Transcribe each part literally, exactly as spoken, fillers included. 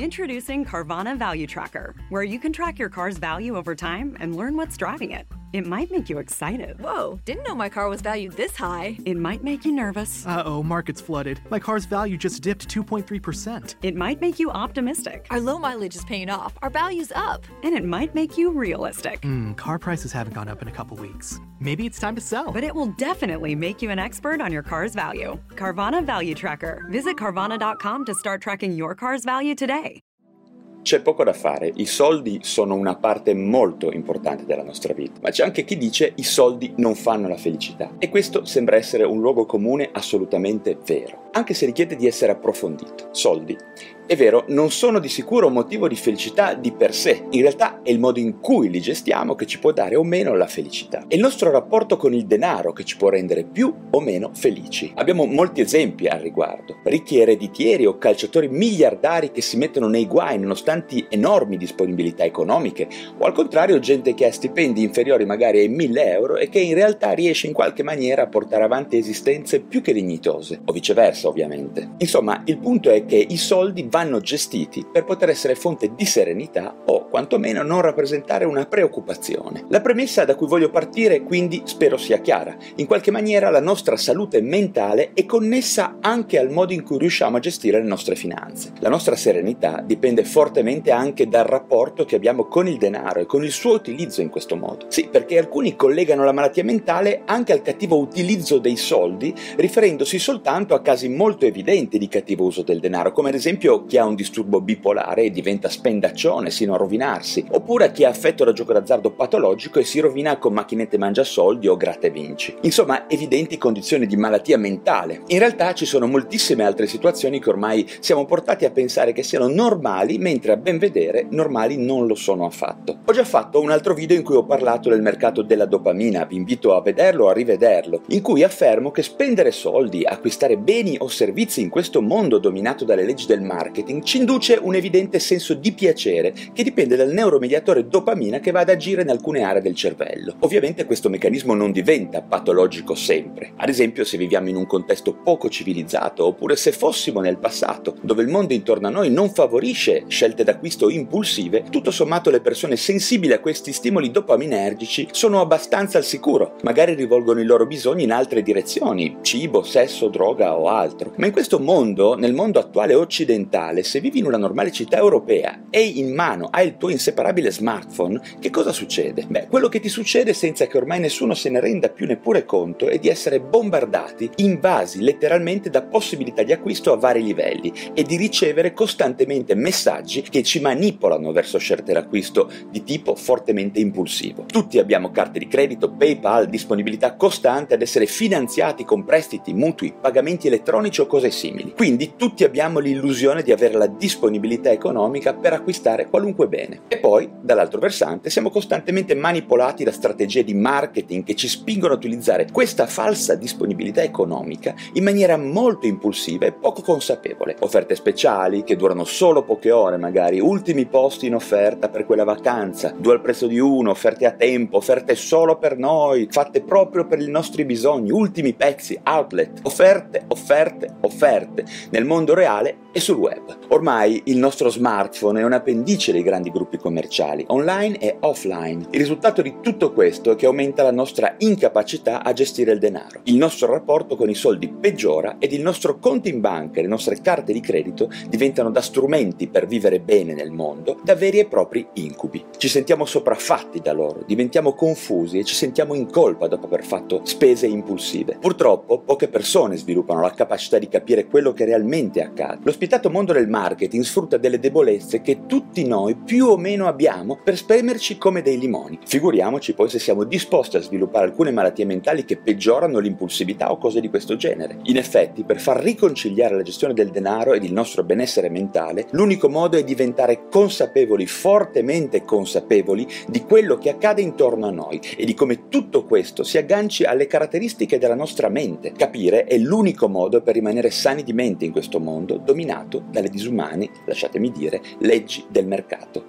Introducing Carvana Value Tracker, where you can track your car's value over time and learn what's driving it. It might make you excited. Whoa, didn't know my car was valued this high. It might make you nervous. Uh-oh, market's flooded. My car's value just dipped two point three percent. It might make you optimistic. Our low mileage is paying off. Our value's up. And it might make you realistic. Hmm, car prices haven't gone up in a couple weeks. Maybe it's time to sell. But it will definitely make you an expert on your car's value. Carvana Value Tracker. Visit Carvana dot com to start tracking your car's value today. C'è poco da fare, i soldi sono una parte molto importante della nostra vita, ma c'è anche chi dice i soldi non fanno la felicità, e questo sembra essere un luogo comune assolutamente vero, anche se richiede di essere approfondito. Soldi, è vero, non sono di sicuro un motivo di felicità di per sé, in realtà è il modo in cui li gestiamo che ci può dare o meno la felicità. È il nostro rapporto con il denaro che ci può rendere più o meno felici. Abbiamo molti esempi al riguardo, ricchi ereditieri o calciatori miliardari che si mettono nei guai nonostante enormi disponibilità economiche, o al contrario gente che ha stipendi inferiori magari ai mille euro e che in realtà riesce in qualche maniera a portare avanti esistenze più che dignitose, o viceversa ovviamente. Insomma, il punto è che i soldi vanno gestiti per poter essere fonte di serenità o quantomeno non rappresentare una preoccupazione. La premessa da cui voglio partire quindi spero sia chiara. In qualche maniera la nostra salute mentale è connessa anche al modo in cui riusciamo a gestire le nostre finanze. La nostra serenità dipende fortemente anche dal rapporto che abbiamo con il denaro e con il suo utilizzo in questo modo. Sì, perché alcuni collegano la malattia mentale anche al cattivo utilizzo dei soldi, riferendosi soltanto a casi molto evidenti di cattivo uso del denaro, come ad esempio chi ha un disturbo bipolare e diventa spendaccione sino a rovinarsi, oppure a chi è affetto da gioco d'azzardo patologico e si rovina con macchinette mangiasoldi o gratta e vinci. Insomma, evidenti condizioni di malattia mentale. In realtà ci sono moltissime altre situazioni che ormai siamo portati a pensare che siano normali, mentre a ben vedere normali non lo sono affatto. Ho già fatto un altro video in cui ho parlato del mercato della dopamina, vi invito a vederlo o a rivederlo, in cui affermo che spendere soldi, acquistare beni o servizi in questo mondo dominato dalle leggi del marketing ci induce un evidente senso di piacere che dipende dal neuromediatore dopamina che va ad agire in alcune aree del cervello. Ovviamente questo meccanismo non diventa patologico sempre. Ad esempio, se viviamo in un contesto poco civilizzato, oppure se fossimo nel passato, dove il mondo intorno a noi non favorisce scelte d'acquisto impulsive, tutto sommato le persone sensibili a questi stimoli dopaminergici sono abbastanza al sicuro, magari rivolgono i loro bisogni in altre direzioni, cibo, sesso, droga o altro. Ma in questo mondo, nel mondo attuale occidentale, se vivi in una normale città europea e in mano hai il tuo inseparabile smartphone, che cosa succede? Beh, quello che ti succede senza che ormai nessuno se ne renda più neppure conto è di essere bombardati, invasi letteralmente da possibilità di acquisto a vari livelli e di ricevere costantemente messaggi che ci manipolano verso scelte d'acquisto di tipo fortemente impulsivo. Tutti abbiamo carte di credito, PayPal, disponibilità costante ad essere finanziati con prestiti, mutui, pagamenti elettronici o cose simili. Quindi tutti abbiamo l'illusione di avere la disponibilità economica per acquistare qualunque bene. E poi, dall'altro versante, siamo costantemente manipolati da strategie di marketing che ci spingono a utilizzare questa falsa disponibilità economica in maniera molto impulsiva e poco consapevole. Offerte speciali che durano solo poche ore magari, ultimi posti in offerta per quella vacanza, due al prezzo di uno, offerte a tempo, offerte solo per noi, fatte proprio per i nostri bisogni, ultimi pezzi, outlet, offerte, offerte, offerte, nel mondo reale e sul web. Ormai il nostro smartphone è un appendice dei grandi gruppi commerciali, online e offline. Il risultato di tutto questo è che aumenta la nostra incapacità a gestire il denaro. Il nostro rapporto con i soldi peggiora ed il nostro conto in banca e le nostre carte di credito diventano da strumenti per vivere bene nel mondo, da veri e propri incubi. Ci sentiamo sopraffatti da loro, diventiamo confusi e ci sentiamo in colpa dopo aver fatto spese impulsive. Purtroppo poche persone sviluppano la capacità di capire quello che realmente accade. Lo spietato mondo del marketing sfrutta delle debolezze che tutti noi più o meno abbiamo per spremerci come dei limoni. Figuriamoci poi se siamo disposti a sviluppare alcune malattie mentali che peggiorano l'impulsività o cose di questo genere. In effetti, per far riconciliare la gestione del denaro ed il nostro benessere mentale, l'unico modo è diventare consapevoli, fortemente consapevoli, di quello che accade intorno a noi e di come tutto questo si agganci alle caratteristiche della nostra mente. Capire è l'unico modo per rimanere sani di mente in questo mondo dominato dalle disumane, lasciatemi dire, leggi del mercato.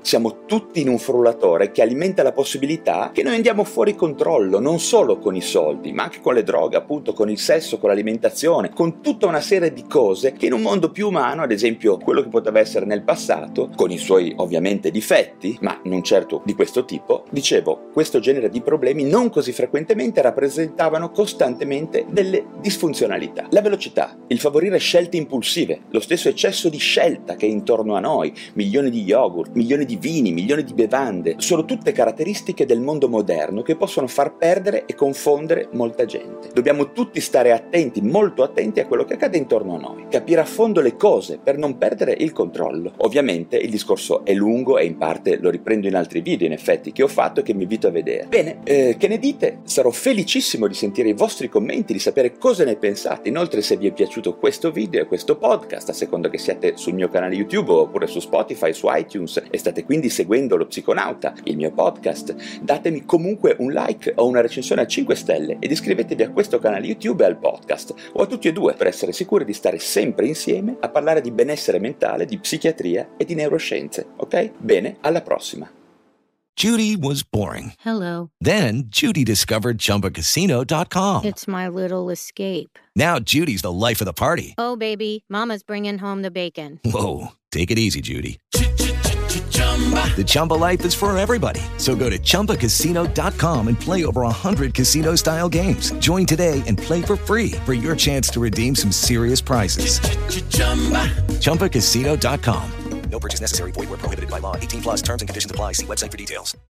siamo tutti in un frullatore che alimenta la possibilità che noi andiamo fuori controllo, non solo con i soldi, ma anche con le droghe, appunto, con il sesso, con l'alimentazione, con tutta una serie di cose che in un mondo più umano, ad esempio quello che poteva essere nel passato, con i suoi ovviamente difetti, ma non certo di questo tipo, dicevo, questo genere di problemi non così frequentemente rappresentavano costantemente delle disfunzionalità. La velocità, il favorire scelte impulsive, lo stesso eccesso di scelta che è intorno a noi, milioni di yogurt, milioni di vini, milioni di bevande, sono tutte caratteristiche del mondo moderno che possono far perdere e confondere molta gente. Dobbiamo tutti stare attenti, molto attenti a quello che accade intorno a noi, capire a fondo le cose per non perdere il controllo. Ovviamente il discorso è lungo e in parte lo riprendo in altri video in effetti che ho fatto e che mi invito a vedere. Bene, eh, che ne dite? Sarò felicissimo di sentire i vostri commenti, di sapere cosa ne pensate. Inoltre, se vi è piaciuto questo video e questo podcast, a seconda che siate sul mio canale YouTube oppure su Spotify, su iTunes e state quindi seguendo Lo Psiconauta, il mio podcast, datemi comunque un like o una recensione a cinque stelle ed iscrivetevi a questo canale YouTube e al podcast, o a tutti e due, per essere sicuri di stare sempre insieme a parlare di benessere mentale, di psichiatria e di neuroscienze, ok? Bene, alla prossima. Judy was boring. Hello. Then Judy discovered Chumba Casino dot com. It's my little escape. Now Judy's the life of the party. Oh, baby, mama's bringing home the bacon. Whoa, take it easy, Judy. The Chumba life is for everybody. So go to Chumba Casino dot com and play over one hundred casino-style games. Join today and play for free for your chance to redeem some serious prizes. Chumba Casino dot com. No purchase necessary. Void where prohibited by law. eighteen plus terms and conditions apply. See website for details.